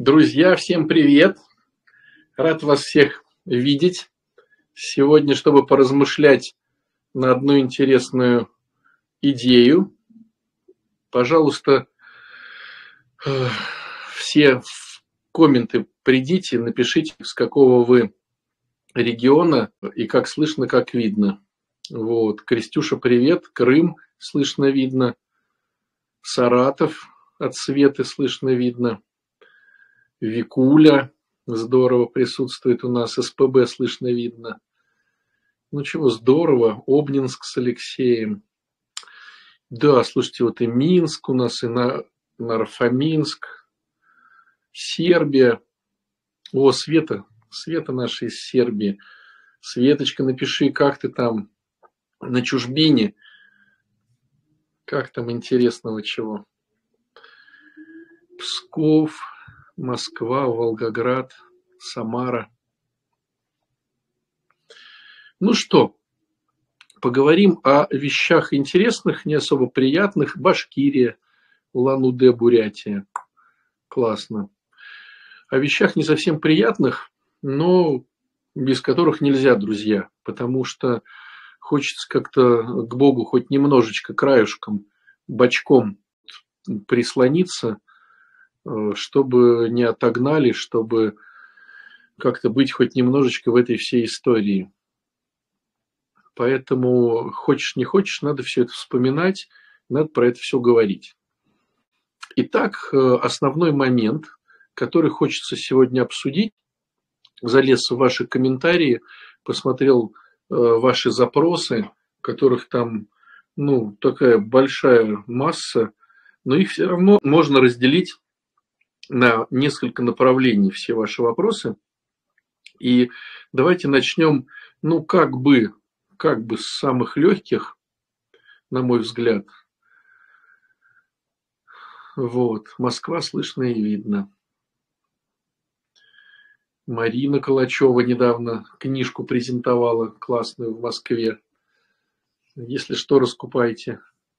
Друзья, всем привет! Рад вас всех видеть. Сегодня, чтобы поразмышлять на одну интересную идею, пожалуйста, все в комменты придите, напишите, с какого вы региона и как слышно, как видно. Вот. Крестюша, привет. Крым слышно, видно. Саратов от Светы слышно, видно. Викуля здорово присутствует у нас. СПБ слышно, видно. Ну чего, здорово. Обнинск с Алексеем. Да, слушайте, вот и Минск у нас, и Нарфоминск, Сербия. О, Света наша из Сербии. Светочка, напиши, как ты там на чужбине? Как там интересного чего? Псков, Москва, Волгоград, Самара. Ну что, поговорим о вещах интересных, не особо приятных. Башкирия, Улан-Удэ, Бурятия. Классно. О вещах не совсем приятных, но без которых нельзя, друзья. Потому что хочется как-то к Богу хоть немножечко краюшком, бочком прислониться, чтобы не отогнали, чтобы как-то быть хоть немножечко в этой всей истории. Поэтому, хочешь не хочешь, надо все это вспоминать, надо про это все говорить. Итак, основной момент, который хочется сегодня обсудить, залез в ваши комментарии, посмотрел ваши запросы, которых там, такая большая масса, но их все равно можно разделить на несколько направлений, все ваши вопросы. И давайте начнем, как бы с самых легких, на мой взгляд. Вот, Москва слышно и видно. Марина Калачева недавно книжку презентовала классную в Москве. Если что, раскупайте.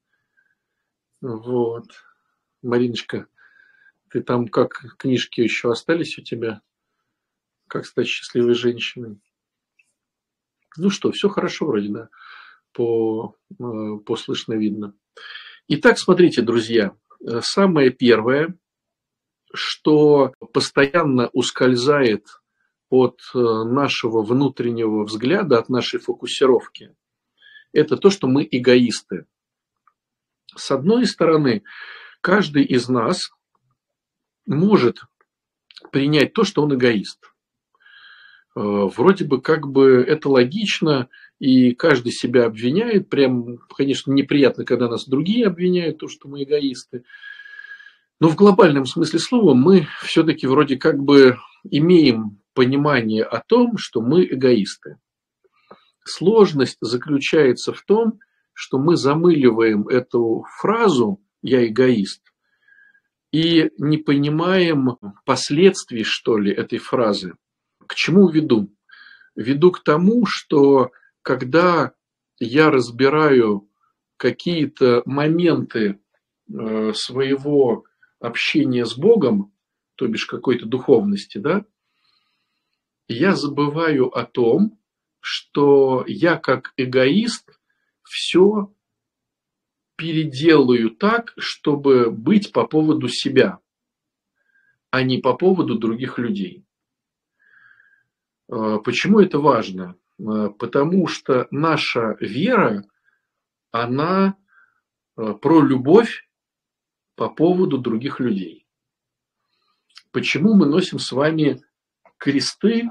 Вот. Мариночка, ты там как, книжки еще остались у тебя? Как стать счастливой женщиной? Ну что, все хорошо вроде, да, по слышно видно. Итак, смотрите, друзья, самое первое, что постоянно ускользает от нашего внутреннего взгляда, от нашей фокусировки, это то, что мы эгоисты. С одной стороны, каждый из нас может принять то, что он эгоист. Вроде бы как бы это логично, и каждый себя обвиняет. Прям, конечно, неприятно, когда нас другие обвиняют, то, что мы эгоисты. Но в глобальном смысле слова мы все-таки вроде как бы имеем понимание о том, что мы эгоисты. Сложность заключается в том, что мы замыливаем эту фразу «я эгоист» и не понимаем последствий, что ли, этой фразы. К чему веду? Веду к тому, что когда я разбираю какие-то моменты своего общения с Богом, то бишь какой-то духовности, да, я забываю о том, что я как эгоист все переделаю так, чтобы быть по поводу себя, а не по поводу других людей. Почему это важно? Потому что наша вера, она про любовь по поводу других людей. Почему мы носим с вами кресты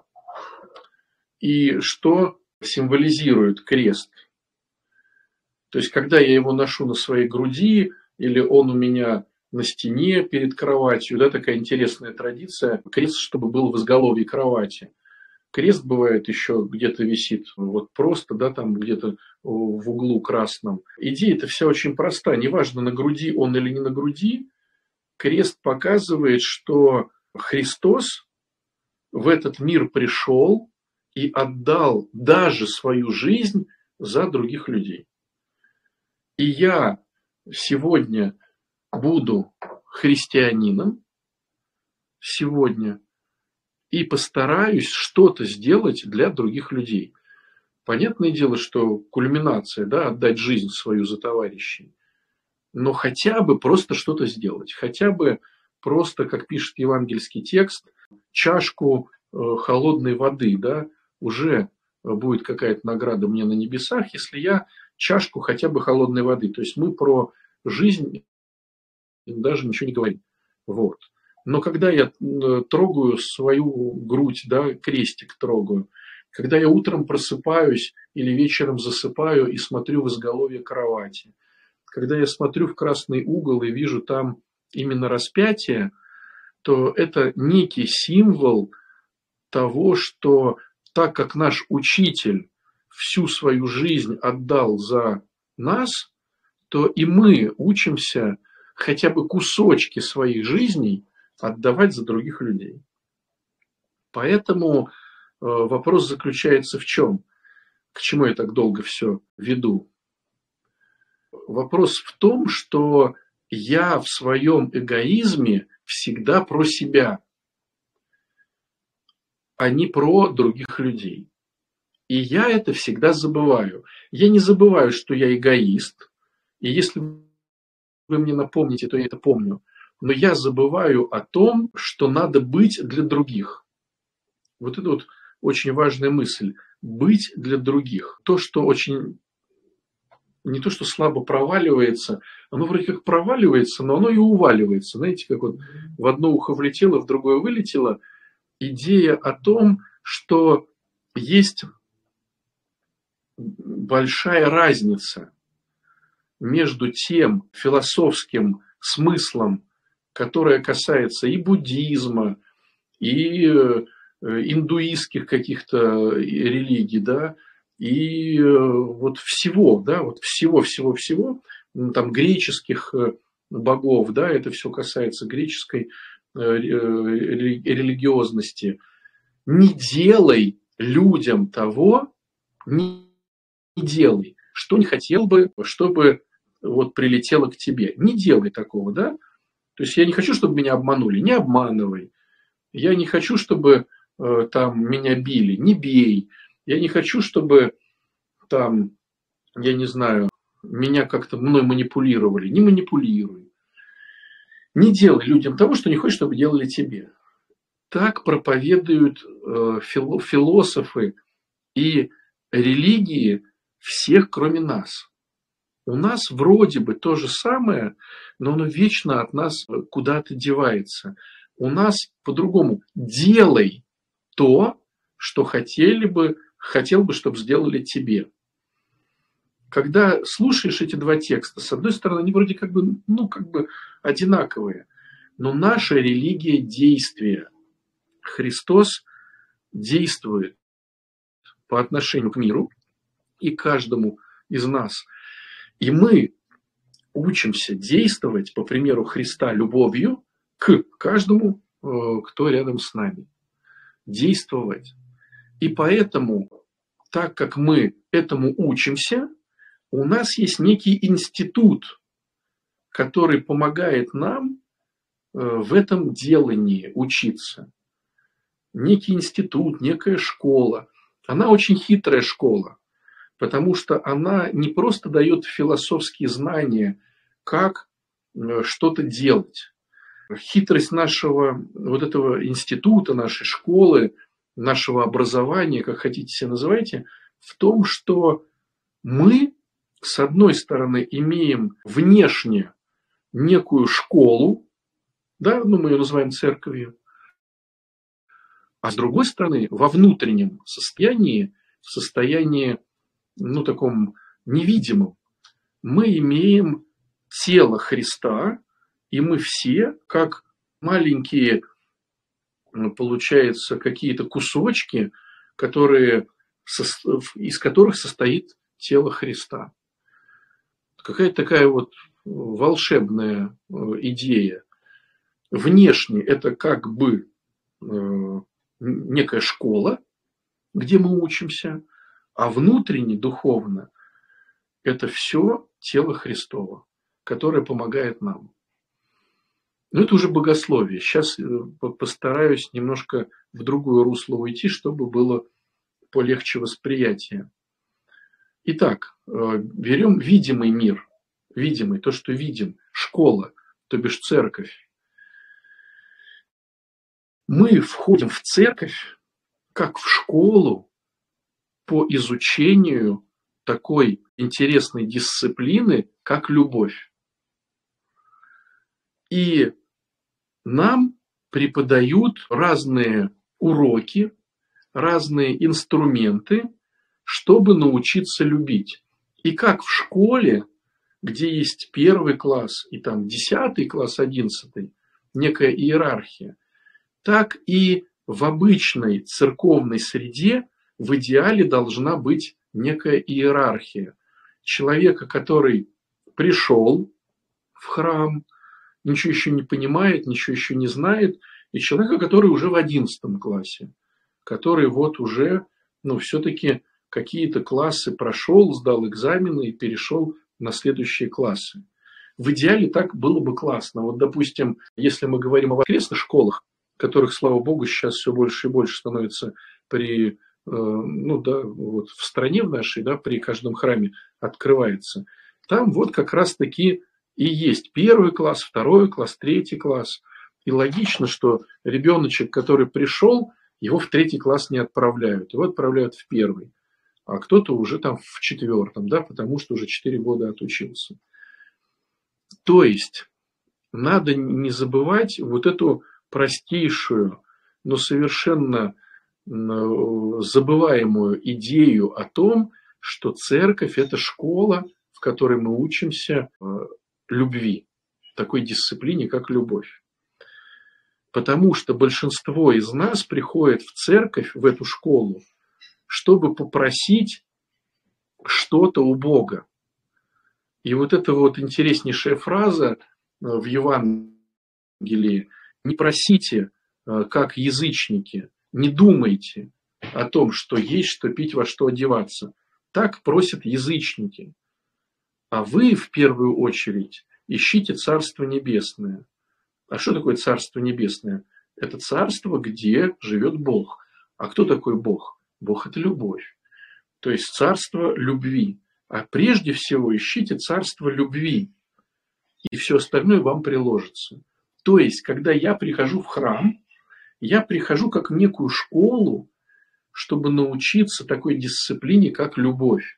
и что символизирует крест? То есть, когда я его ношу на своей груди или он у меня на стене перед кроватью, да, такая интересная традиция, крест, чтобы был в изголовье кровати. Крест бывает еще где-то висит, вот просто, да, там где-то в углу красном. Идея-то вся очень проста. Неважно, на груди он или не на груди, крест показывает, что Христос в этот мир пришел и отдал даже свою жизнь за других людей. И я сегодня буду христианином, сегодня и постараюсь что-то сделать для других людей. Понятное дело, что кульминация, да, отдать жизнь свою за товарищей, но хотя бы просто что-то сделать, хотя бы просто, как пишет евангельский текст, чашку холодной воды, да, уже будет какая-то награда мне на небесах, если я чашку хотя бы холодной воды. То есть мы про жизнь даже ничего не говорим. Вот. Но когда я трогаю свою грудь, да, крестик трогаю, когда я утром просыпаюсь или вечером засыпаю и смотрю в изголовье кровати, когда я смотрю в красный угол и вижу там именно распятие, то это некий символ того, что так как наш учитель всю свою жизнь отдал за нас, то и мы учимся хотя бы кусочки своих жизней отдавать за других людей. Поэтому вопрос заключается в чем? К чему я так долго все веду? Вопрос в том, что я в своем эгоизме всегда про себя, а не про других людей. И я это всегда забываю. Я не забываю, что я эгоист. И если вы мне напомните, то я это помню. Но я забываю о том, что надо быть для других. Вот это вот очень важная мысль. Быть для других. То, что очень не то, что слабо проваливается, оно вроде как проваливается, но оно и уваливается. Знаете, как вот в одно ухо влетело, в другое вылетело. Идея о том, что есть большая разница между тем философским смыслом, которое касается и буддизма, и индуистских каких-то религий, да, и вот всего, да, вот всего, там греческих богов, да, это все касается греческой религиозности. Не делай людям того, не делай, что не хотел бы, чтобы вот прилетело к тебе. Не делай такого, да? То есть я не хочу, чтобы меня обманули, не обманывай. Я не хочу, чтобы там меня били, не бей. Я не хочу, чтобы там, я не знаю, меня как-то мной манипулировали, не манипулируй. Не делай людям того, что не хочешь, чтобы делали тебе. Так проповедуют философы и религии всех, кроме нас. У нас вроде бы то же самое, но оно вечно от нас куда-то девается. У нас по-другому. Делай то, что хотел бы, чтобы сделали тебе. Когда слушаешь эти два текста, с одной стороны, они вроде как бы одинаковые, но наша религия действия. Христос действует по отношению к миру и каждому из нас. И мы учимся действовать, по примеру Христа, любовью к каждому, кто рядом с нами. Действовать. И поэтому, так как мы этому учимся, у нас есть некий институт, который помогает нам в этом делании учиться. Некий институт, некая школа. Она очень хитрая школа, потому что она не просто дает философские знания, как что-то делать. Хитрость нашего вот этого института, нашей школы, нашего образования, как хотите себя называйте, в том, что мы, с одной стороны, имеем внешне некую школу, да, ну, мы ее называем церковью, а с другой стороны, во внутреннем состоянии, в состоянии, ну, таком невидимом, мы имеем тело Христа, и мы все, как маленькие, получается, какие-то кусочки, из которых состоит тело Христа. Какая-то такая вот волшебная идея. Внешне это как бы некая школа, где мы учимся, а внутренне, духовно, это все тело Христово, которое помогает нам. Но это уже богословие. Сейчас постараюсь немножко в другое русло уйти, чтобы было полегче восприятие. Итак, берем видимый мир, видимый, то, что видим, школа, то бишь церковь. Мы входим в церковь как в школу по изучению такой интересной дисциплины, как любовь. И нам преподают разные уроки, разные инструменты, чтобы научиться любить. И как в школе, где есть 1 класс и там 10 класс, 11, некая иерархия, так и в обычной церковной среде в идеале должна быть некая иерархия. Человека, который пришел в храм, ничего еще не понимает, ничего еще не знает, и человека, который уже в 11 классе, который вот уже, все-таки какие-то классы прошел, сдал экзамены и перешел на следующие классы. В идеале так было бы классно. Вот, допустим, если мы говорим о воскресных школах, которых, слава богу, сейчас все больше и больше становится при, в стране в нашей, при каждом храме открывается. Там вот как раз-таки и есть 1 класс, 2 класс, 3 класс. И логично, что ребеночек, который пришел, его в 3 класс не отправляют. Его отправляют в 1. А кто-то уже там в 4, потому что уже 4 года отучился. То есть надо не забывать вот эту простейшую, но совершенно забываемую идею о том, что церковь – это школа, в которой мы учимся любви, такой дисциплине, как любовь. Потому что большинство из нас приходит в церковь, в эту школу, чтобы попросить что-то у Бога. И вот эта вот интереснейшая фраза в Евангелии: не просите, как язычники, не думайте о том, что есть, что пить, во что одеваться. Так просят язычники. А вы в первую очередь ищите Царство Небесное. А что такое Царство Небесное? Это царство, где живет Бог. А кто такой Бог? Бог – это любовь. То есть царство любви. А прежде всего ищите царство любви. И все остальное вам приложится. То есть, когда я прихожу в храм, я прихожу как в некую школу, чтобы научиться такой дисциплине, как любовь.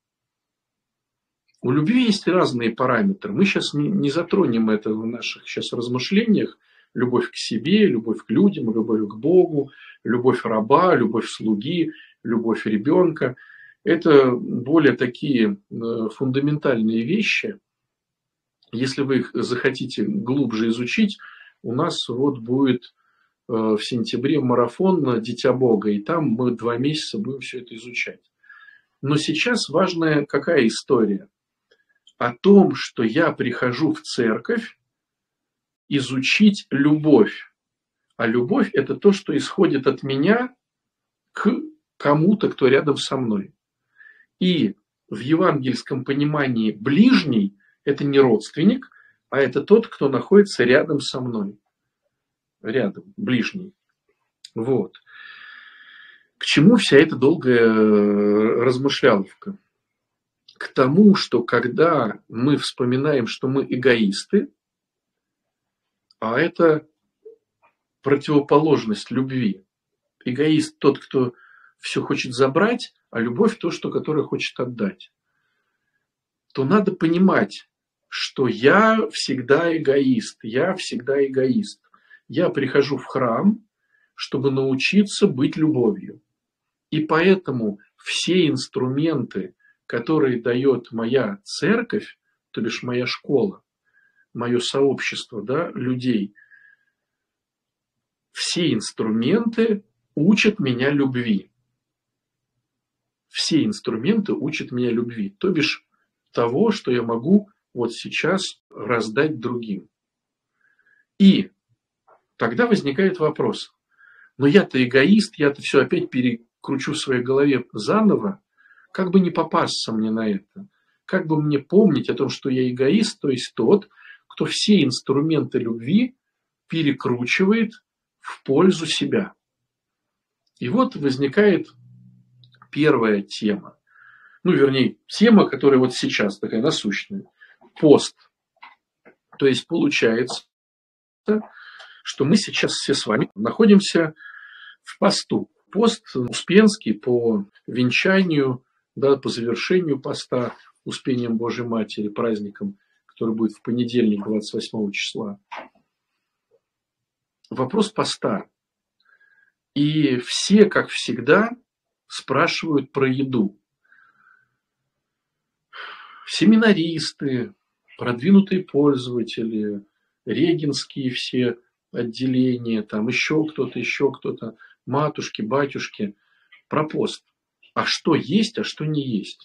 У любви есть разные параметры. Мы сейчас не затронем это в наших сейчас размышлениях. Любовь к себе, любовь к людям, любовь к Богу, любовь раба, любовь слуги, любовь ребенка. Это более такие фундаментальные вещи. Если вы их захотите глубже изучить, у нас вот будет в сентябре марафон «Дитя Бога», и там мы 2 месяца будем все это изучать. Но сейчас важная какая история? О том, что я прихожу в церковь изучить любовь. А любовь – это то, что исходит от меня к кому-то, кто рядом со мной. И в евангельском понимании ближний – это не родственник, а это тот, кто находится рядом со мной. Рядом, ближний. Вот. К чему вся эта долгая размышляловка? К тому, что когда мы вспоминаем, что мы эгоисты, а это противоположность любви. Эгоист тот, кто все хочет забрать, а любовь то, что которое хочет отдать. То надо понимать, что я всегда эгоист. Я всегда эгоист. Я прихожу в храм, чтобы научиться быть любовью. И поэтому все инструменты, которые дает моя церковь, то бишь моя школа, мое сообщество, людей, все инструменты учат меня любви. Все инструменты учат меня любви. То бишь того, что я могу вот сейчас раздать другим. И тогда возникает вопрос. Но я-то эгоист, я-то все опять перекручу в своей голове заново. Как бы не попасться мне на это? Как бы мне помнить о том, что я эгоист, то есть тот, кто все инструменты любви перекручивает в пользу себя. И вот возникает первая тема. Ну, вернее, тема, которая вот сейчас такая насущная. Пост. То есть получается, что мы сейчас все с вами находимся в посту. Пост Успенский по венчанию, да, по завершению поста Успением Божьей Матери, праздником, который будет в понедельник, 28 числа. Вопрос поста. И все, как всегда, спрашивают про еду. Семинаристы, продвинутые пользователи, регенские все отделения, там еще кто-то, матушки, батюшки, про пост. А что есть, а что не есть?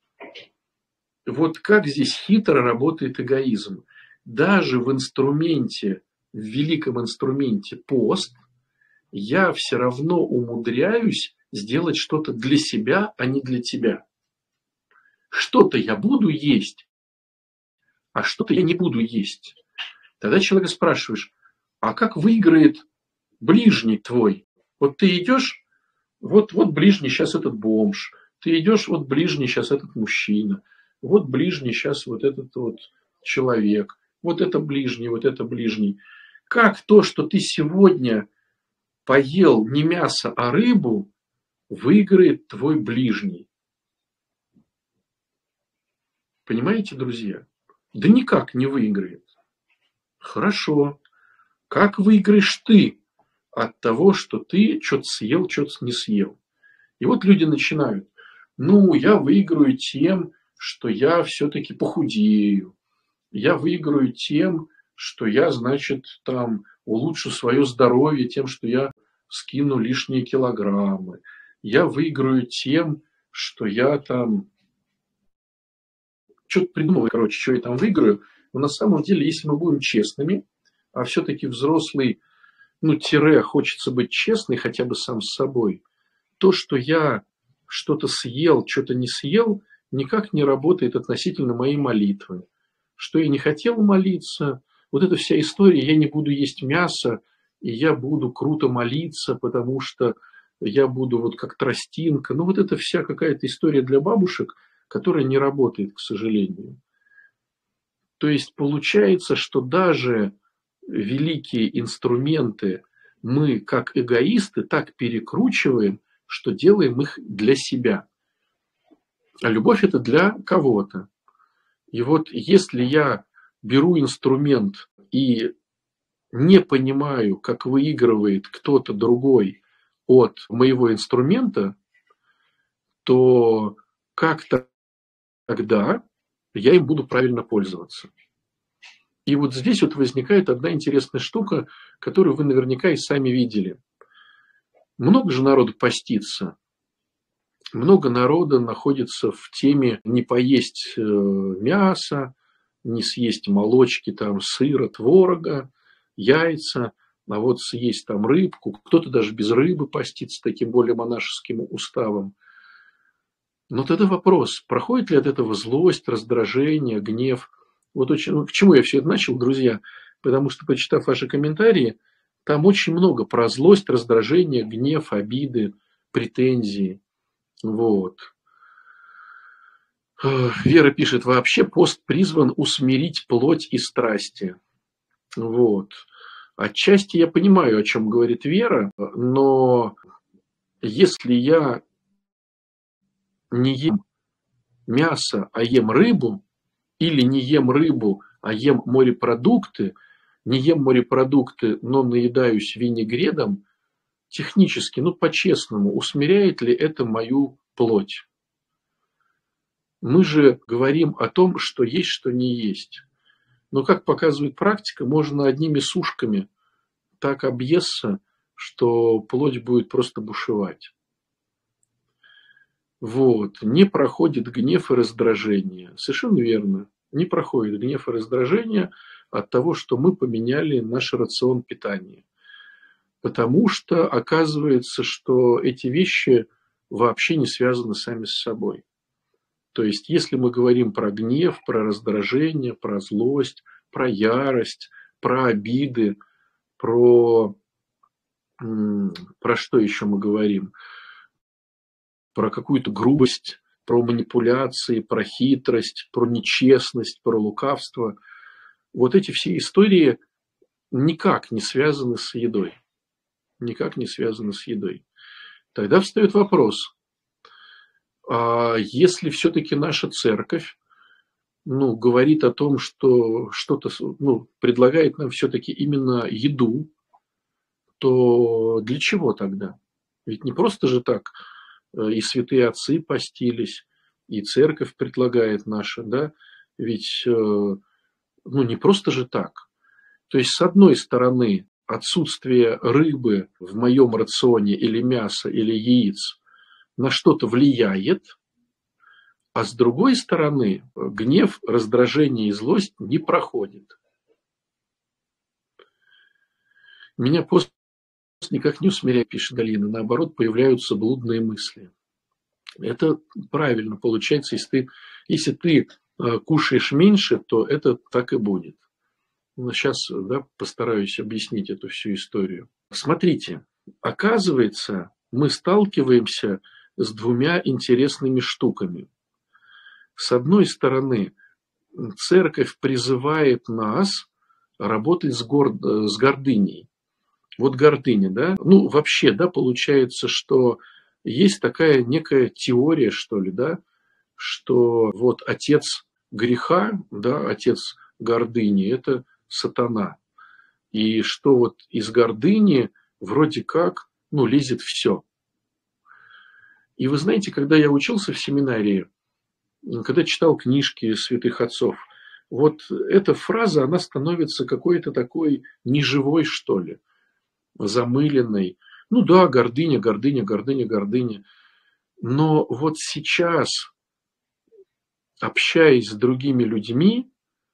Вот как здесь хитро работает эгоизм. Даже в инструменте, в великом инструменте пост, я все равно умудряюсь сделать что-то для себя, а не для тебя. Что-то я буду есть, а что-то я не буду есть. Тогда человека спрашиваешь, а как выиграет ближний твой? Вот ты идешь, вот ближний сейчас этот бомж, ты идешь, вот ближний сейчас этот мужчина, вот ближний сейчас вот этот вот человек, вот это ближний, вот это ближний. Как то, что ты сегодня поел не мясо, а рыбу, выиграет твой ближний? Понимаете, друзья? Да никак не выиграет. Хорошо. Как выиграешь ты от того, что ты что-то съел, что-то не съел? И вот люди начинают. Ну, я выиграю тем, что я все-таки похудею. Я выиграю тем, что я, значит, там улучшу свое здоровье тем, что я скину лишние килограммы. Я выиграю тем, что я там что-то придумываю, короче, что я там выиграю. Но на самом деле, если мы будем честными, а все-таки взрослый, ну, хочется быть честный хотя бы сам с собой, то, что я что-то съел, что-то не съел, никак не работает относительно моей молитвы. Что я не хотел молиться, вот эта вся история, я не буду есть мясо, и я буду круто молиться, потому что я буду вот как тростинка. Ну, вот это вся какая-то история для бабушек, которая не работает, к сожалению. То есть получается, что даже великие инструменты мы, как эгоисты, так перекручиваем, что делаем их для себя. А любовь – это для кого-то. И вот если я беру инструмент и не понимаю, как выигрывает кто-то другой от моего инструмента, то как-то тогда я им буду правильно пользоваться. И вот здесь вот возникает одна интересная штука, которую вы наверняка и сами видели. Много же народу постится. Много народа находится в теме не поесть мясо, не съесть молочки, там, сыра, творога, яйца, а вот съесть там рыбку. Кто-то даже без рыбы постится таким более монашеским уставом. Но тогда вопрос, проходит ли от этого злость, раздражение, гнев? Вот очень, к чему я все это начал, друзья? Потому что, почитав ваши комментарии, там очень много про злость, раздражение, гнев, обиды, претензии. Вот. Вера пишет, вообще пост призван усмирить плоть и страсти. Вот. Отчасти я понимаю, о чем говорит Вера, но если я не ем мясо, а ем рыбу, или не ем рыбу, а ем морепродукты, не ем морепродукты, но наедаюсь винегредом, технически, ну по-честному, усмиряет ли это мою плоть? Мы же говорим о том, что есть, что не есть. Но, как показывает практика, можно одними сушками так объесться, что плоть будет просто бушевать. Вот. Не проходит гнев и раздражение. Совершенно верно. Не проходит гнев и раздражение от того, что мы поменяли наш рацион питания. Потому что оказывается, что эти вещи вообще не связаны сами с собой. То есть, если мы говорим про гнев, про раздражение, про злость, про ярость, про обиды, про, про что еще мы говорим? Про какую-то грубость, про манипуляции, про хитрость, про нечестность, про лукавство. Вот эти все истории никак не связаны с едой. Никак не связаны с едой. Тогда встает вопрос, а если все-таки наша церковь, говорит о том, что что-то, предлагает нам все-таки именно еду, то для чего тогда? Ведь не просто же так и святые отцы постились, и церковь предлагает наша, да? Ведь, не просто же так. То есть, с одной стороны, отсутствие рыбы в моем рационе или мяса, или яиц на что-то влияет, а с другой стороны, гнев, раздражение и злость не проходит. Меня пост никак не усмиряет, пишет Галина, наоборот, появляются блудные мысли. Это правильно получается, если ты кушаешь меньше, то это так и будет. Но сейчас постараюсь объяснить эту всю историю. Смотрите, оказывается, мы сталкиваемся с двумя интересными штуками. С одной стороны, церковь призывает нас работать с гордыней. Вот гордыня, да? Вообще, да, получается, что есть такая некая теория, что ли, да, что вот отец греха, да, отец гордыни – это сатана. И что вот из гордыни вроде как, лезет все. И вы знаете, когда я учился в семинарии, когда читал книжки святых отцов, вот эта фраза, она становится какой-то такой неживой, что ли, замыленной. Гордыня, гордыня, гордыня, гордыня. Но вот сейчас, общаясь с другими людьми,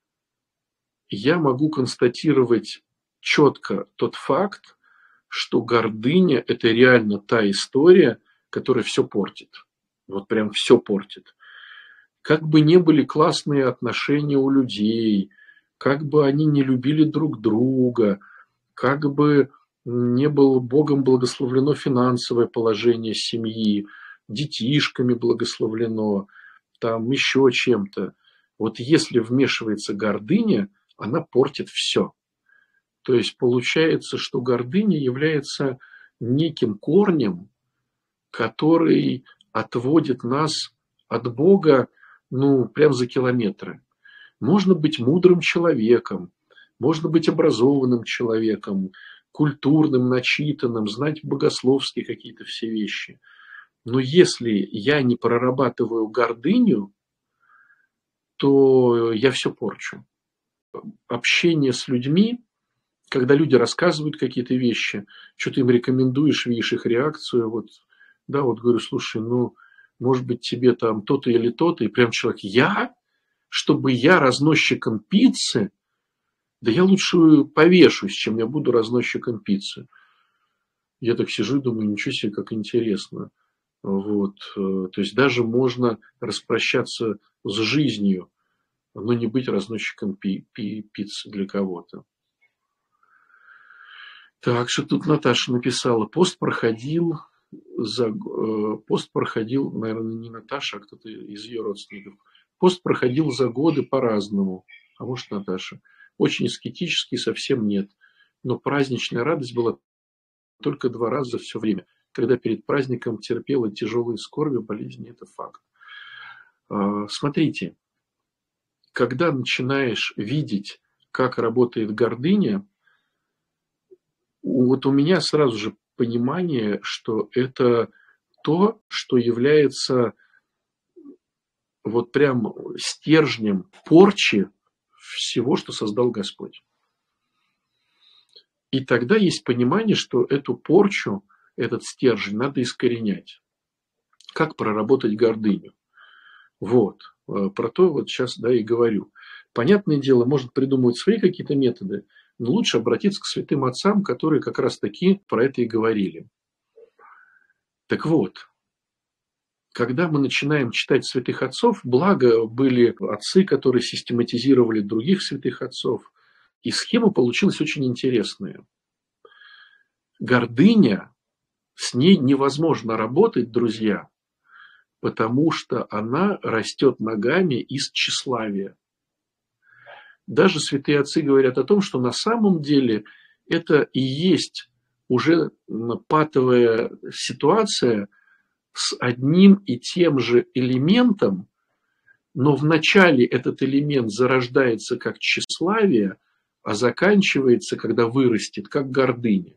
я могу констатировать четко тот факт, что гордыня – это реально та история, которая все портит. Вот прям все портит. Как бы не были классные отношения у людей, как бы они не любили друг друга, как бы не было Богом благословлено финансовое положение семьи, детишками благословлено, там еще чем-то. Вот если вмешивается гордыня, она портит все. То есть получается, что гордыня является неким корнем, который отводит нас от Бога, прям за километры. Можно быть мудрым человеком, можно быть образованным человеком, культурным, начитанным, знать богословские какие-то все вещи. Но если я не прорабатываю гордыню, то я все порчу. Общение с людьми, когда люди рассказывают какие-то вещи, что ты им рекомендуешь, видишь их реакцию, говорю, слушай, может быть, тебе там то-то или то-то, и прям человек, чтобы я разносчиком пиццы, да я лучше повешусь, чем я буду разносчиком пиццы. Я так сижу и думаю, ничего себе, как интересно. То есть даже можно распрощаться с жизнью, но не быть разносчиком пиццы для кого-то. Так, что тут Наташа написала. Пост проходил, наверное, не Наташа, а кто-то из ее родственников. Пост проходил за годы по-разному. А может, Наташа. Очень аскетический совсем нет. Но праздничная радость была только 2 раза за все время. Когда перед праздником терпела тяжелые скорби, болезни, это факт. Смотрите, когда начинаешь видеть, как работает гордыня, вот у меня сразу же понимание, что это то, что является вот прям стержнем порчи всего, что создал Господь. И тогда есть понимание, что эту порчу, этот стержень надо искоренять. Как проработать гордыню? Про то сейчас, и говорю. Понятное дело, может придумывать свои какие-то методы, но лучше обратиться к святым отцам, которые как раз таки про это и говорили. Так вот, Когда мы начинаем читать святых отцов, благо были отцы, которые систематизировали других святых отцов, и схема получилась очень интересная. Гордыня, с ней невозможно работать, друзья, потому что она растет ногами из тщеславия. Даже святые отцы говорят о том, что на самом деле это и есть уже патовая ситуация с одним и тем же элементом, но вначале этот элемент зарождается как тщеславие, а заканчивается, когда вырастет, как гордыня.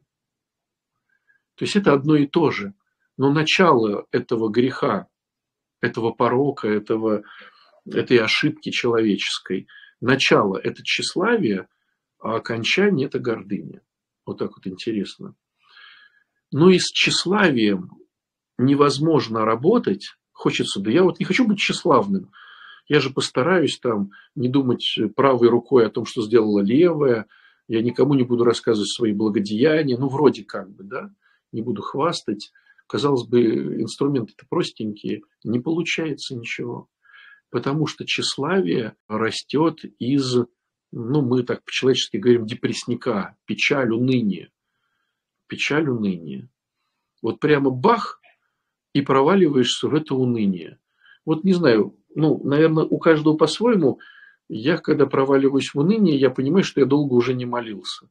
То есть это одно и то же. Но начало этого греха, этого порока, этой ошибки человеческой, начало – это тщеславие, а окончание – это гордыня. Вот так вот интересно. Но и с тщеславием невозможно работать. Хочется, да я вот не хочу быть тщеславным. Я же постараюсь там не думать правой рукой о том, что сделала левая. Я никому не буду рассказывать свои благодеяния. Ну, вроде как бы, да. Не буду хвастать. Казалось бы, инструменты-то простенькие. Не получается ничего. Потому что тщеславие растет из, ну, мы так по-человечески говорим, депрессника, печаль, уныние. Печаль, уныние. Вот прямо бах, и проваливаешься в это уныние. Вот не знаю, ну, наверное, у каждого по-своему. Я, когда проваливаюсь в уныние, я понимаю, что я долго уже не молился.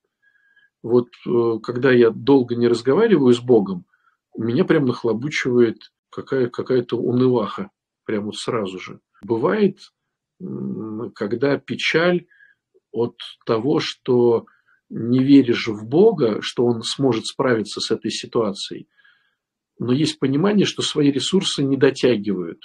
Вот когда я долго не разговариваю с Богом, меня прям нахлобучивает какая-то унываха. Прямо сразу же. Бывает, когда печаль от того, что не веришь в Бога, что Он сможет справиться с этой ситуацией, но есть понимание, что свои ресурсы не дотягивают.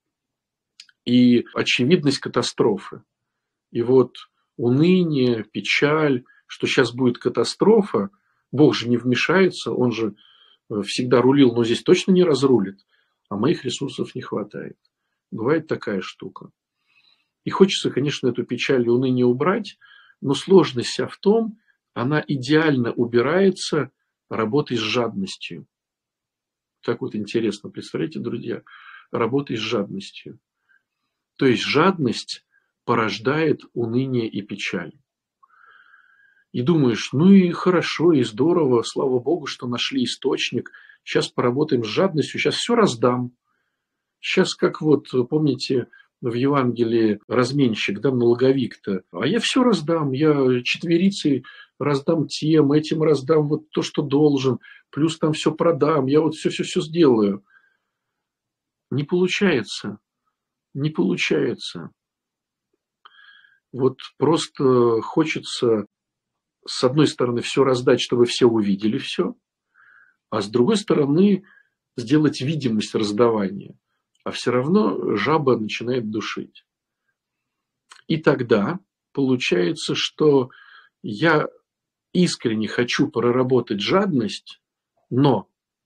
И очевидность катастрофы. И вот уныние, печаль, что сейчас будет катастрофа, Бог же не вмешается, Он же всегда рулил, но здесь точно не разрулит, а моих ресурсов не хватает. Бывает такая штука. И хочется, конечно, эту печаль и уныние убрать, но сложность вся в том, она идеально убирается работой с жадностью. Так вот интересно, представляете, друзья, работой с жадностью. То есть жадность порождает уныние и печаль. И думаешь, ну и хорошо, и здорово, слава Богу, что нашли источник. Сейчас поработаем с жадностью, сейчас все раздам. Сейчас, как вот, помните, в Евангелии разменщик, да, налоговик-то, а я все раздам, я четверицей раздам тем, этим раздам вот то, что должен, плюс там все продам, я вот все сделаю. Не получается, не получается. Вот просто хочется, с одной стороны, все раздать, чтобы все увидели все, а с другой стороны, сделать видимость раздавания. А все равно жаба начинает душить. И тогда получается, что я искренне хочу проработать жадность, но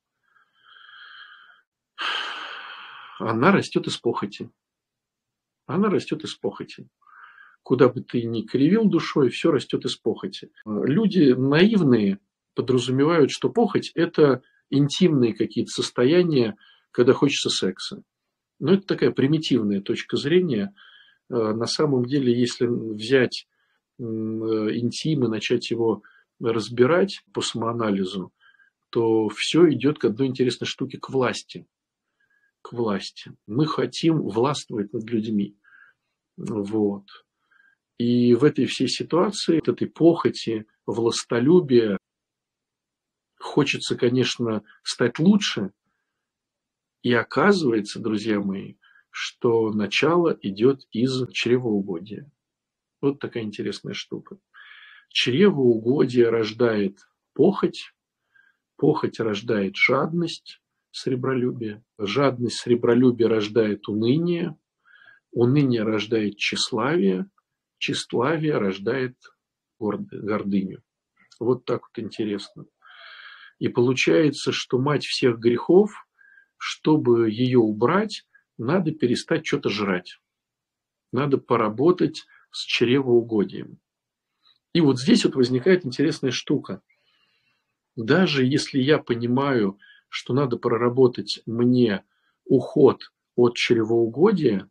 она растет из похоти. Она растет из похоти. Куда бы ты ни кривил душой, все растет из похоти. Люди наивные подразумевают, что похоть – это интимные какие-то состояния, когда хочется секса. Но это такая примитивная точка зрения. На самом деле, если взять интим и начать его разбирать по самоанализу, то все идет к одной интересной штуке – к власти. К власти. Мы хотим властвовать над людьми. Вот. И в этой всей ситуации, вот этой похоти, властолюбия, хочется, конечно, стать лучше. И оказывается, друзья мои, что начало идет из чревоугодия. Вот такая интересная штука. Чревоугодие рождает похоть, похоть рождает жадность, сребролюбие, жадность, сребролюбие рождает уныние, уныние рождает тщеславие, тщеславие рождает гордыню. Вот так вот интересно. И получается, что мать всех грехов, чтобы ее убрать, надо перестать что-то жрать. Надо поработать с чревоугодием. И вот здесь вот возникает интересная штука. Даже если я понимаю, что надо проработать мне уход от чревоугодия,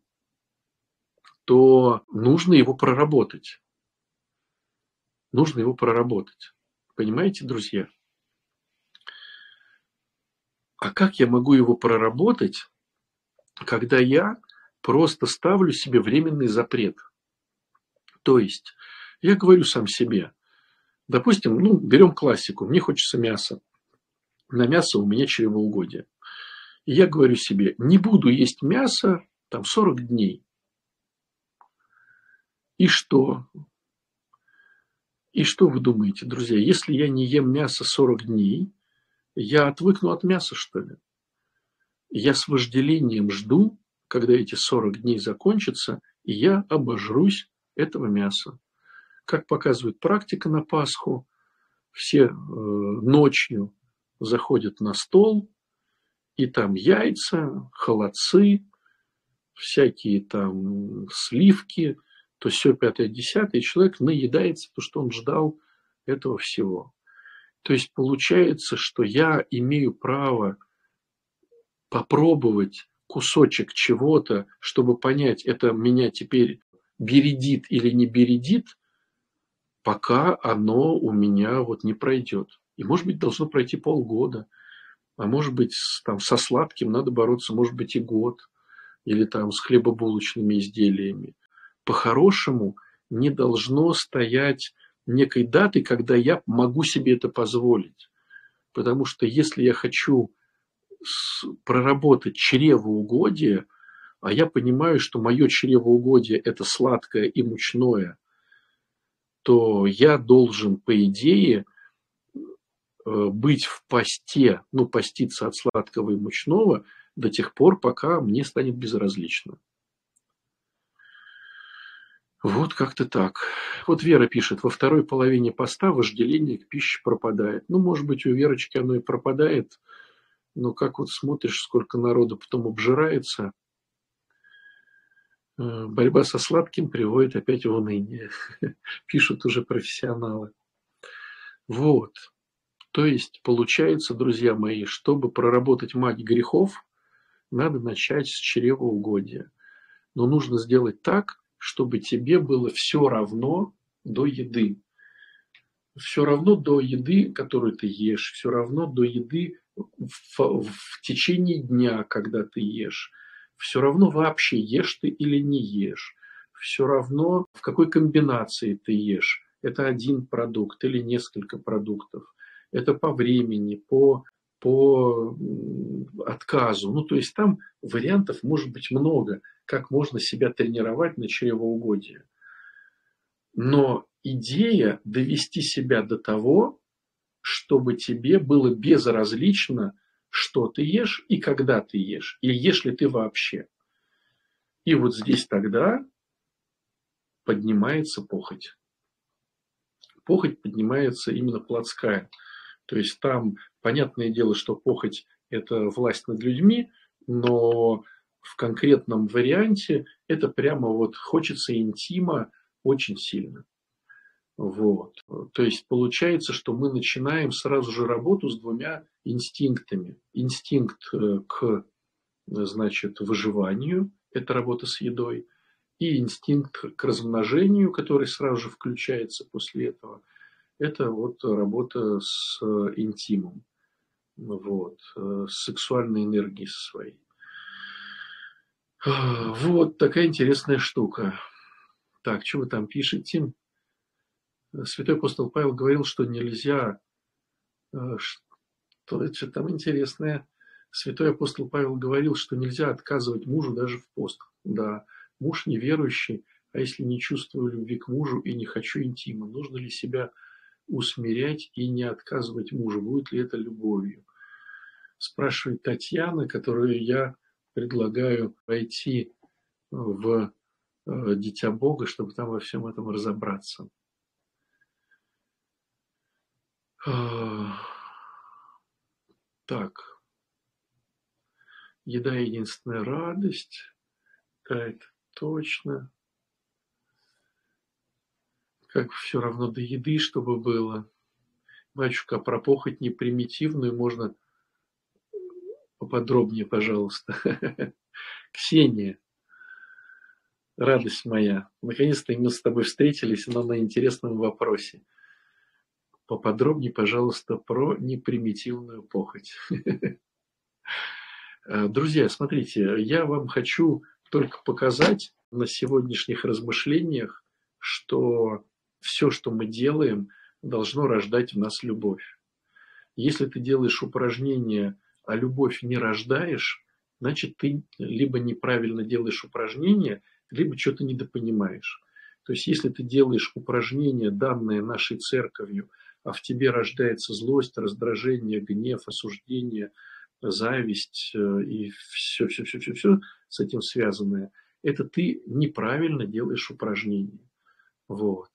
то нужно его проработать. Нужно его проработать. Понимаете, друзья? А как я могу его проработать, когда я просто ставлю себе временный запрет? То есть я говорю сам себе, допустим, берем классику, мне хочется мяса. На мясо у меня чревоугодие. И я говорю себе, не буду есть мясо там 40 дней. И что? И что вы думаете, друзья, если я не ем мясо 40 дней, я отвыкну от мяса, что ли? Я с вожделением жду, когда эти 40 дней закончатся, и я обожрусь этого мяса. Как показывает практика на Пасху, все ночью заходят на стол, и там яйца, холодцы, всякие там сливки, то все пятое, десятое, и человек наедается, потому что он ждал этого всего. То есть получается, что я имею право попробовать кусочек чего-то, чтобы понять, это меня теперь бередит или не бередит, пока оно у меня вот не пройдет. И, может быть, должно пройти полгода, а может быть, там, со сладким надо бороться, может быть, и год, или там с хлебобулочными изделиями. По-хорошему не должно стоять некой даты, когда я могу себе это позволить. Потому что если я хочу проработать чревоугодие, а я понимаю, что мое чревоугодие – это сладкое и мучное, то я должен, по идее, быть в посте, поститься от сладкого и мучного до тех пор, пока мне станет безразлично. Вот как-то так. Вот Вера пишет, во второй половине поста вожделение к пище пропадает. Может быть, у Верочки оно и пропадает, но как вот смотришь, сколько народу потом обжирается, борьба со сладким приводит опять в уныние. Пишут уже профессионалы. Вот. То есть, получается, друзья мои, чтобы проработать мать грехов, надо начать с чревоугодия. Но нужно сделать так, чтобы тебе было все равно до еды. Все равно до еды, которую ты ешь, все равно до еды в течение дня, когда ты ешь. Все равно вообще ешь ты или не ешь. Все равно в какой комбинации ты ешь. Это один продукт или несколько продуктов. Это по времени, по отказу. То есть там вариантов может быть много, как можно себя тренировать на чревоугодие. Но идея довести себя до того, чтобы тебе было безразлично, что ты ешь и когда ты ешь, и ешь ли ты вообще. И вот здесь тогда поднимается похоть. Похоть поднимается именно плотская. То есть там, понятное дело, что похоть – это власть над людьми, но в конкретном варианте это прямо вот хочется интима очень сильно. Вот. То есть получается, что мы начинаем сразу же работу с двумя инстинктами. Инстинкт к, значит, выживанию, это работа с едой, и инстинкт к размножению, который сразу же включается после этого, это вот работа с интимом, вот, с сексуальной энергией своей. Вот такая интересная штука. Так, что вы там пишете? Святой апостол Павел говорил, что нельзя, что там интересное. Святой апостол Павел говорил, что нельзя отказывать мужу даже в пост. Да, муж неверующий, а если не чувствую любви к мужу и не хочу интима, нужно ли себя усмирять и не отказывать мужу? Будет ли это любовью? Спрашивает Татьяна, которую я предлагаю войти в Дитя Бога, чтобы там во всем этом разобраться. Так. Еда – единственная радость. Да, это точно. Как все равно до еды, чтобы было. Батюшка, про похоть не примитивную можно поподробнее, пожалуйста. Ксения, радость моя, наконец-то мы с тобой встретились, но на интересном вопросе. Поподробнее, пожалуйста, про непримитивную похоть. Друзья, смотрите, я вам хочу только показать на сегодняшних размышлениях, что все, что мы делаем, должно рождать в нас любовь. Если ты делаешь упражнения, а любовь не рождаешь, значит, ты либо неправильно делаешь упражнения, либо что-то недопонимаешь. То есть, если ты делаешь упражнения, данные нашей церковью, а в тебе рождается злость, раздражение, гнев, осуждение, зависть и все с этим связанное, это ты неправильно делаешь упражнения. Вот.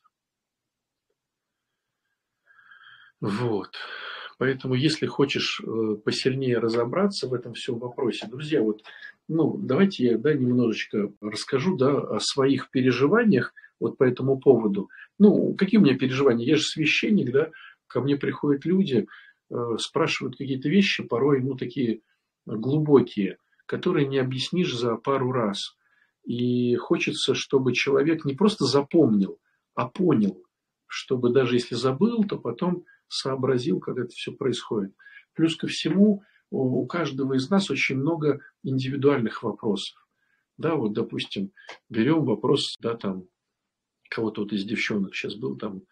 Вот. Поэтому, если хочешь посильнее разобраться в этом всем вопросе, друзья, вот, ну, давайте я, да, немножечко расскажу, да, о своих переживаниях вот по этому поводу. Ну, какие у меня переживания? Я же священник, да, ко мне приходят люди, спрашивают какие-то вещи, порой, ну, такие глубокие, которые не объяснишь за пару раз. И хочется, чтобы человек не просто запомнил, а понял, чтобы даже если забыл, то потом сообразил, как это все происходит. Плюс ко всему, у каждого из нас очень много индивидуальных вопросов. Да, вот, допустим, берем вопрос, да, там, кого-то вот из девчонок сейчас был там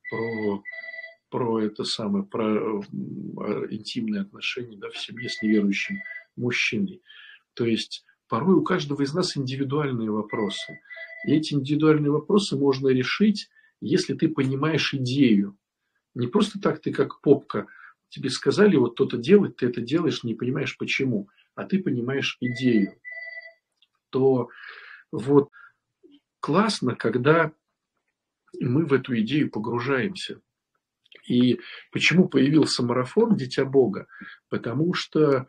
про это самое, про интимные отношения, да, в семье с неверующим мужчиной. То есть порой у каждого из нас индивидуальные вопросы. И эти индивидуальные вопросы можно решить, если ты понимаешь идею. Не просто так ты как попка, тебе сказали вот то-то делать, ты это делаешь, не понимаешь почему, а ты понимаешь идею. То вот классно, когда мы в эту идею погружаемся. И почему появился марафон «Дитя Бога»? Потому что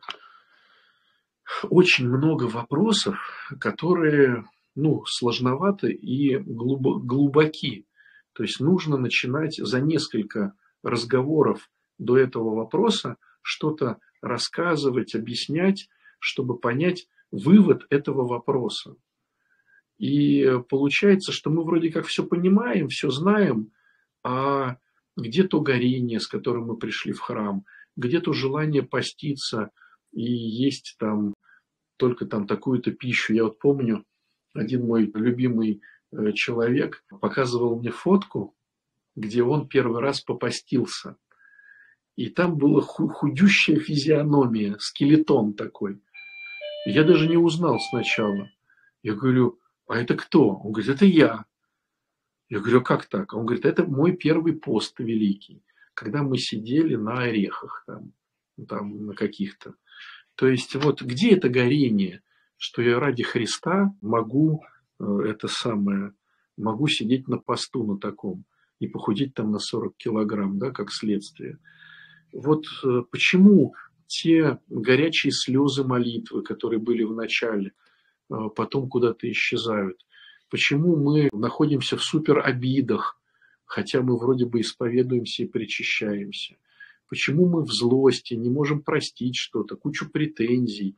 очень много вопросов, которые, ну, сложноваты и глубоки. То есть нужно начинать за несколько разговоров до этого вопроса что-то рассказывать, объяснять, чтобы понять вывод этого вопроса. И получается, что мы вроде как все понимаем, все знаем, а где то горение, с которым мы пришли в храм, где то желание поститься и есть там только там такую-то пищу. Я вот помню, один мой любимый человек показывал мне фотку, где он первый раз попастился. И там была худющая физиономия, скелетон такой. Я даже не узнал сначала. Я говорю, а это кто? Он говорит, это я. Я говорю, а как так? Он говорит, это мой первый пост великий, когда мы сидели на орехах там на каких-то. То есть вот где это горение, что я ради Христа могу это самое, могу сидеть на посту на таком и похудеть там на 40 килограмм, да, как следствие. Вот почему те горячие слезы молитвы, которые были в начале, потом куда-то исчезают. Почему мы находимся в супер обидах, хотя мы вроде бы исповедуемся и причащаемся. Почему мы в злости, не можем простить что-то, кучу претензий,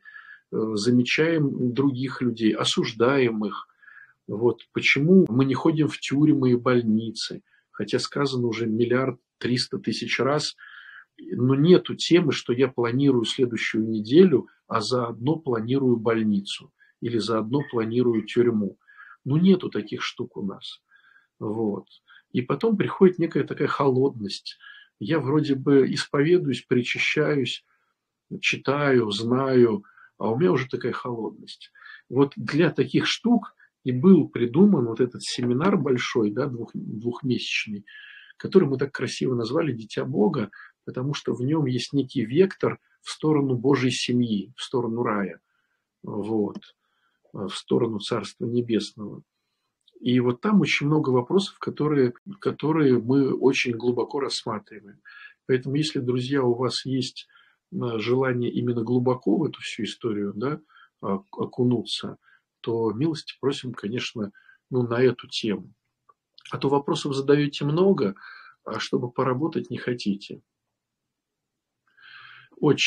замечаем других людей, осуждаем их. Вот. Почему мы не ходим в тюрьмы и больницы, хотя сказано уже 1 300 000 000 раз, но нету темы, что я планирую следующую неделю, а заодно планирую больницу или заодно планирую тюрьму. Ну, нету таких штук у нас. Вот. И потом приходит некая такая холодность. Я вроде бы исповедуюсь, причащаюсь, читаю, знаю, а у меня уже такая холодность. Вот для таких штук и был придуман вот этот семинар большой, да, двухмесячный, который мы так красиво назвали «Дитя Бога», потому что в нем есть некий вектор в сторону Божьей семьи, в сторону рая, вот, в сторону Царства Небесного. И вот там очень много вопросов, которые мы очень глубоко рассматриваем. Поэтому, если, друзья, у вас есть желание именно глубоко в эту всю историю, да, окунуться, то милости просим, конечно, ну, на эту тему. А то вопросов задаете много, а чтобы поработать не хотите. Отче,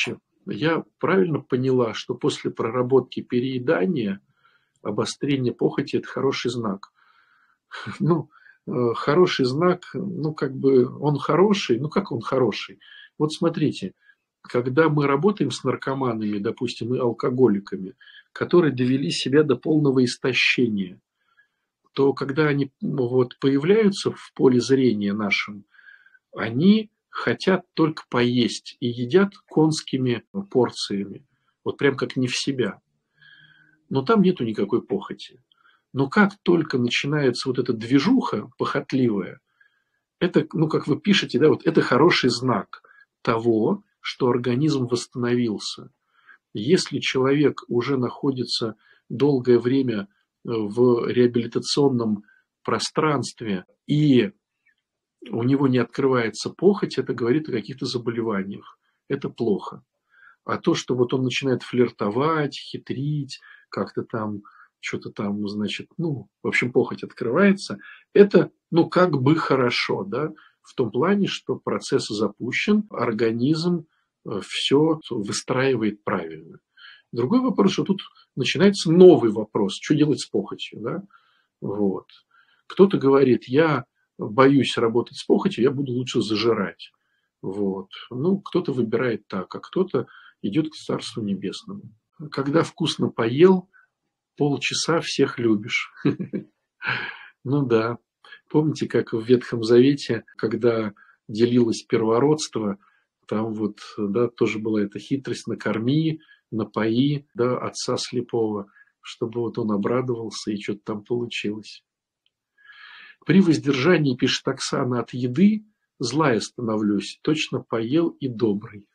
Я правильно поняла, что после проработки переедания обострение похоти – это хороший знак? Ну, хороший знак, ну, как бы он хороший, ну, как он хороший? Вот смотрите, когда мы работаем с наркоманами, допустим, и алкоголиками, которые довели себя до полного истощения, то когда они вот появляются в поле зрения нашем, они хотят только поесть и едят конскими порциями, вот прям как не в себя. Но там нету никакой похоти. Но как только начинается вот эта движуха похотливая, это, ну, как вы пишете, да, вот это хороший знак того, что организм восстановился. Если человек уже находится долгое время в реабилитационном пространстве и у него не открывается похоть, это говорит о каких-то заболеваниях. Это плохо. А то, что вот он начинает флиртовать, хитрить, как-то там, что-то там, значит, ну, в общем, похоть открывается, это, ну, как бы хорошо, да, в том плане, что процесс запущен, организм все выстраивает правильно. Другой вопрос, что тут начинается новый вопрос, что делать с похотью, да, вот. Кто-то говорит, я боюсь работать с похотью, я буду лучше зажирать. Вот. Ну, кто-то выбирает так, а кто-то идет к Царству Небесному. Когда вкусно поел, полчаса всех любишь. Ну да. Помните, как в Ветхом Завете, когда делилось первородство, там вот, да, тоже была эта хитрость: накорми, напои, да, отца слепого, чтобы вот он обрадовался и что-то там получилось. При воздержании, пишет Оксана, от еды злая становлюсь, точно поел и добрый.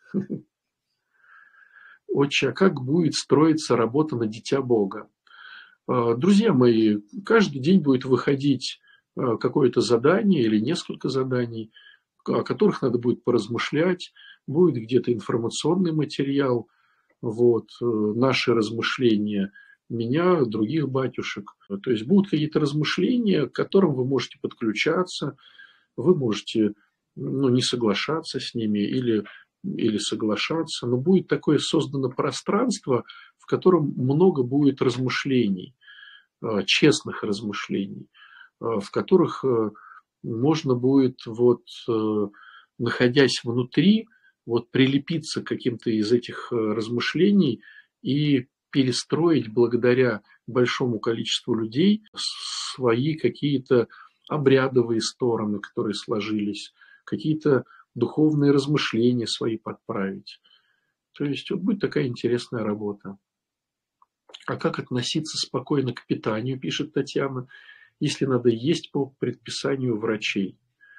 Отче, а как будет строиться работа на дитя Бога? Друзья мои, каждый день будет выходить какое-то задание или несколько заданий, о которых надо будет поразмышлять, будет где-то информационный материал, вот, наши размышления меня, других батюшек. То есть будут какие-то размышления, к которым вы можете подключаться, вы можете, ну, не соглашаться с ними или соглашаться, но будет такое создано пространство, в котором много будет размышлений, честных размышлений, в которых можно будет, вот, находясь внутри, вот, прилепиться к каким-то из этих размышлений и перестроить благодаря большому количеству людей свои какие-то обрядовые стороны, которые сложились, какие-то духовные размышления свои подправить. То есть вот будет такая интересная работа. А как относиться спокойно к питанию, пишет Татьяна, если надо есть по предписанию врачей?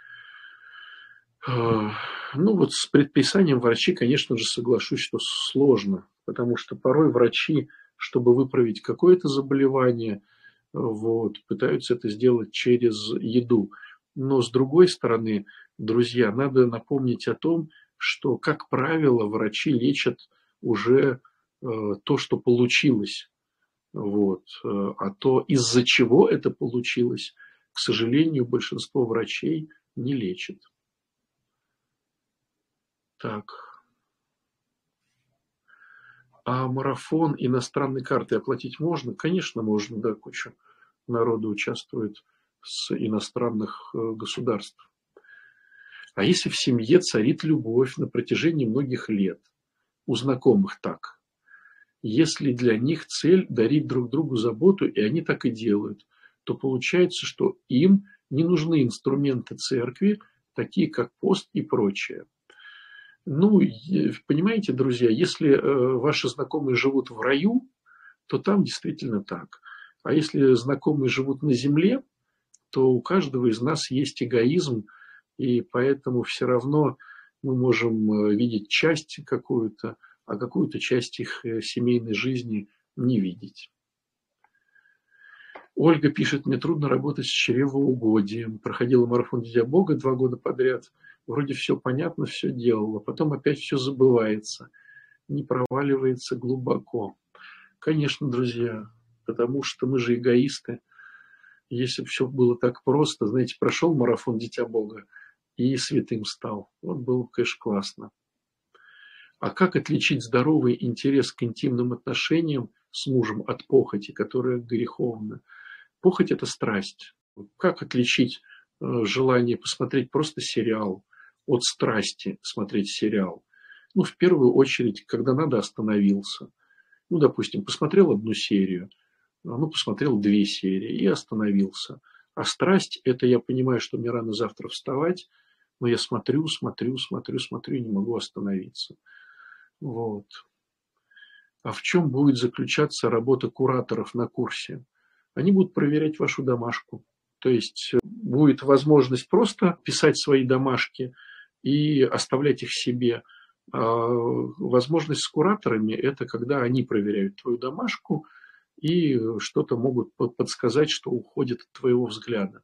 Ну вот с предписанием врачей, конечно же, соглашусь, что сложно, потому что порой врачи, чтобы выправить какое-то заболевание, вот, пытаются это сделать через еду. Но с другой стороны, друзья, надо напомнить о том, что, как правило, врачи лечат уже то, что получилось. Вот. А то, из-за чего это получилось, к сожалению, большинство врачей не лечит. Так. А марафон иностранной карты оплатить можно? Конечно, можно, да, куча народу участвует с иностранных государств. А если в семье царит любовь на протяжении многих лет, у знакомых так, если для них цель дарить друг другу заботу, и они так и делают, то получается, что им не нужны инструменты церкви, такие как пост и прочее. Ну, понимаете, друзья, если ваши знакомые живут в раю, то там действительно так. А если знакомые живут на земле, то у каждого из нас есть эгоизм, и поэтому все равно мы можем видеть часть какую-то, а какую-то часть их семейной жизни не видеть. Ольга пишет, мне трудно работать с чревоугодием. Проходила марафон Дитя Бога 2 года подряд. Вроде все понятно, все делала. Потом опять все забывается. Не проваливается глубоко. Конечно, друзья, потому что мы же эгоисты. Если бы все было так просто, знаете, прошел марафон Дитя Бога и святым стал. Вот было бы, конечно, классно. А как отличить здоровый интерес к интимным отношениям с мужем от похоти, которая греховна? Похоть – это страсть. Как отличить желание посмотреть просто сериал от страсти смотреть сериал? Ну, в первую очередь, когда надо, остановился. Ну, допустим, посмотрел одну серию, ну, посмотрел 2 серии и остановился. А страсть – это я понимаю, что мне рано завтра вставать, но я смотрю и не могу остановиться. Вот. А в чем будет заключаться работа кураторов на курсе? Они будут проверять вашу домашку. То есть будет возможность просто писать свои домашки и оставлять их себе. А возможность с кураторами – это когда они проверяют твою домашку и что-то могут подсказать, что уходит от твоего взгляда.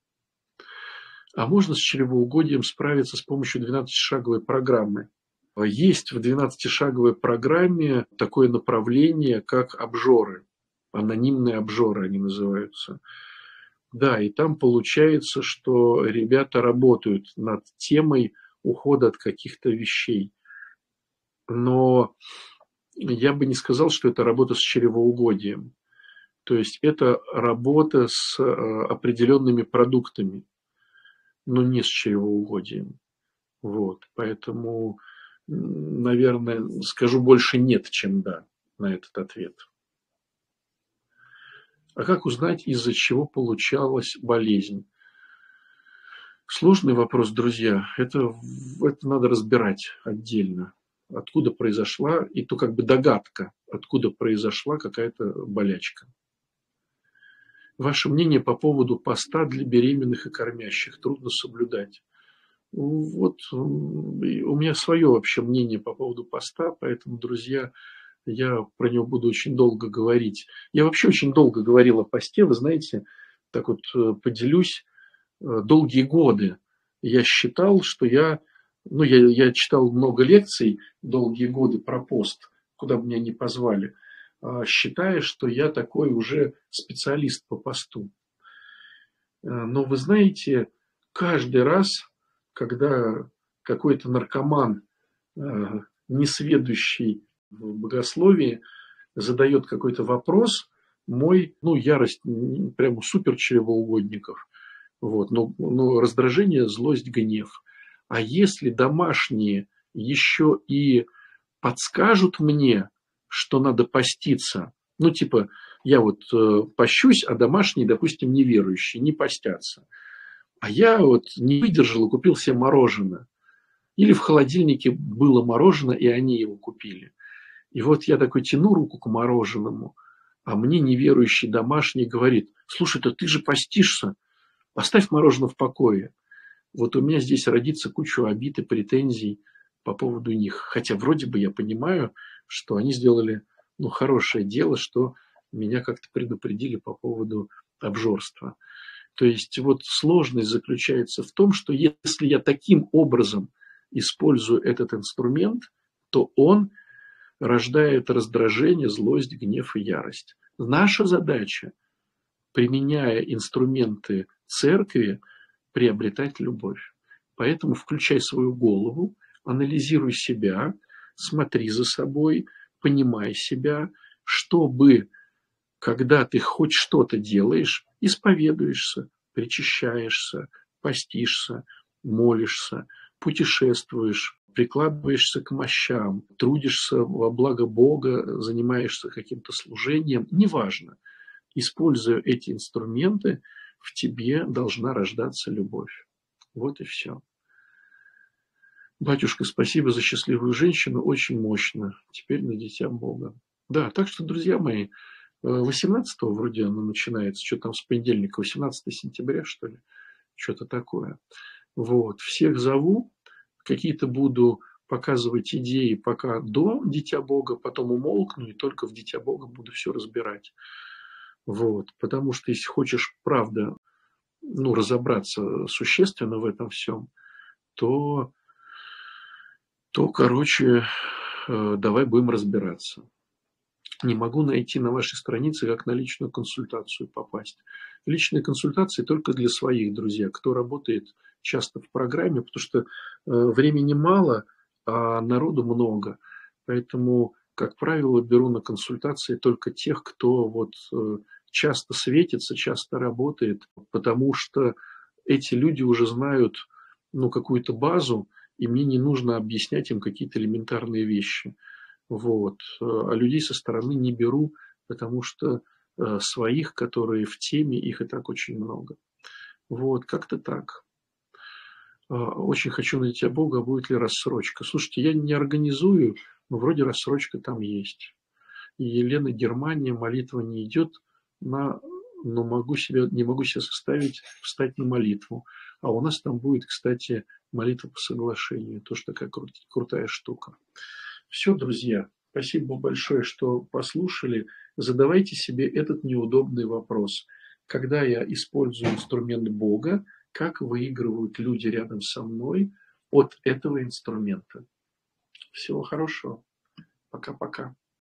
А можно с чревоугодием справиться с помощью 12-шаговой программы. Есть в 12-шаговой программе такое направление, как обжоры. Анонимные обжоры они называются. Да, и там получается, что ребята работают над темой ухода от каких-то вещей. Но я бы не сказал, что это работа с чревоугодием. То есть это работа с определенными продуктами, но не с чревоугодием. Вот. Поэтому, наверное, скажу больше нет, чем да на этот ответ. А как узнать, из-за чего получалась болезнь? Сложный вопрос, друзья. Это надо разбирать отдельно. Откуда произошла, и то как бы догадка, откуда произошла какая-то болячка. Ваше мнение по поводу поста для беременных и кормящих трудно соблюдать. Вот у меня свое вообще мнение по поводу поста, поэтому, друзья, я про него буду очень долго говорить. Я вообще очень долго говорил о посте, вы знаете, так вот поделюсь. Долгие годы я считал, что я читал много лекций долгие годы про пост, куда бы меня ни позвали, считая, что я такой уже специалист по посту. Но вы знаете, каждый раз, когда какой-то наркоман, несведущий в богословии, задает какой-то вопрос, ярость прямо супер чревоугодников. Вот, но раздражение, злость, гнев. А если домашние еще и подскажут мне, что надо поститься, ну, типа, я вот пощусь, а домашние, допустим, неверующие, не постятся. А я вот не выдержал и купил себе мороженое. Или в холодильнике было мороженое, и они его купили. И вот я такой тяну руку к мороженому, а мне неверующий домашний говорит: слушай, ты же постишься, оставь мороженое в покое. Вот у меня здесь родится куча обид и претензий по поводу них. Хотя вроде бы я понимаю, что они сделали хорошее дело, что меня как-то предупредили по поводу обжорства. То есть вот сложность заключается в том, что если я таким образом использую этот инструмент, то он рождает раздражение, злость, гнев и ярость. Наша задача, применяя инструменты церкви, приобретать любовь. Поэтому включай свою голову, анализируй себя, смотри за собой, понимай себя, чтобы, когда ты хоть что-то делаешь, исповедуешься, причащаешься, постишься, молишься, путешествуешь, прикладываешься к мощам, трудишься во благо Бога, занимаешься каким-то служением, неважно. Используя эти инструменты, в тебе должна рождаться любовь. Вот и все. Батюшка, спасибо за счастливую женщину, очень мощно. Теперь на дитя Бога. Да, так что, друзья мои, 18-го вроде оно начинается, что там с понедельника, 18 сентября, что ли, что-то такое. Вот, всех зову, какие-то буду показывать идеи пока до Дитя Бога, потом умолкну и только в Дитя Бога буду все разбирать. Вот, потому что если хочешь, правда, разобраться существенно в этом всем, то короче, давай будем разбираться. Не могу найти на вашей странице, как на личную консультацию попасть. Личные консультации только для своих, друзья, кто работает часто в программе, потому что времени мало, а народу много. Поэтому, как правило, беру на консультации только тех, кто вот часто светится, часто работает, потому что эти люди уже знают, ну, какую-то базу, и мне не нужно объяснять им какие-то элементарные вещи. Вот. А людей со стороны не беру, потому что своих, которые в теме, их и так очень много. Вот, как-то так. Очень хочу найти Бога, будет ли рассрочка. Слушайте, я не организую, но вроде рассрочка там есть. И Елена Германия, молитва не идет на, но не могу себя заставить встать на молитву. А у нас там будет, кстати, молитва по соглашению. Тоже такая крутая штука. Все, друзья, спасибо большое, что послушали. Задавайте себе этот неудобный вопрос. Когда я использую инструмент Бога, как выигрывают люди рядом со мной от этого инструмента? Всего хорошего. Пока-пока.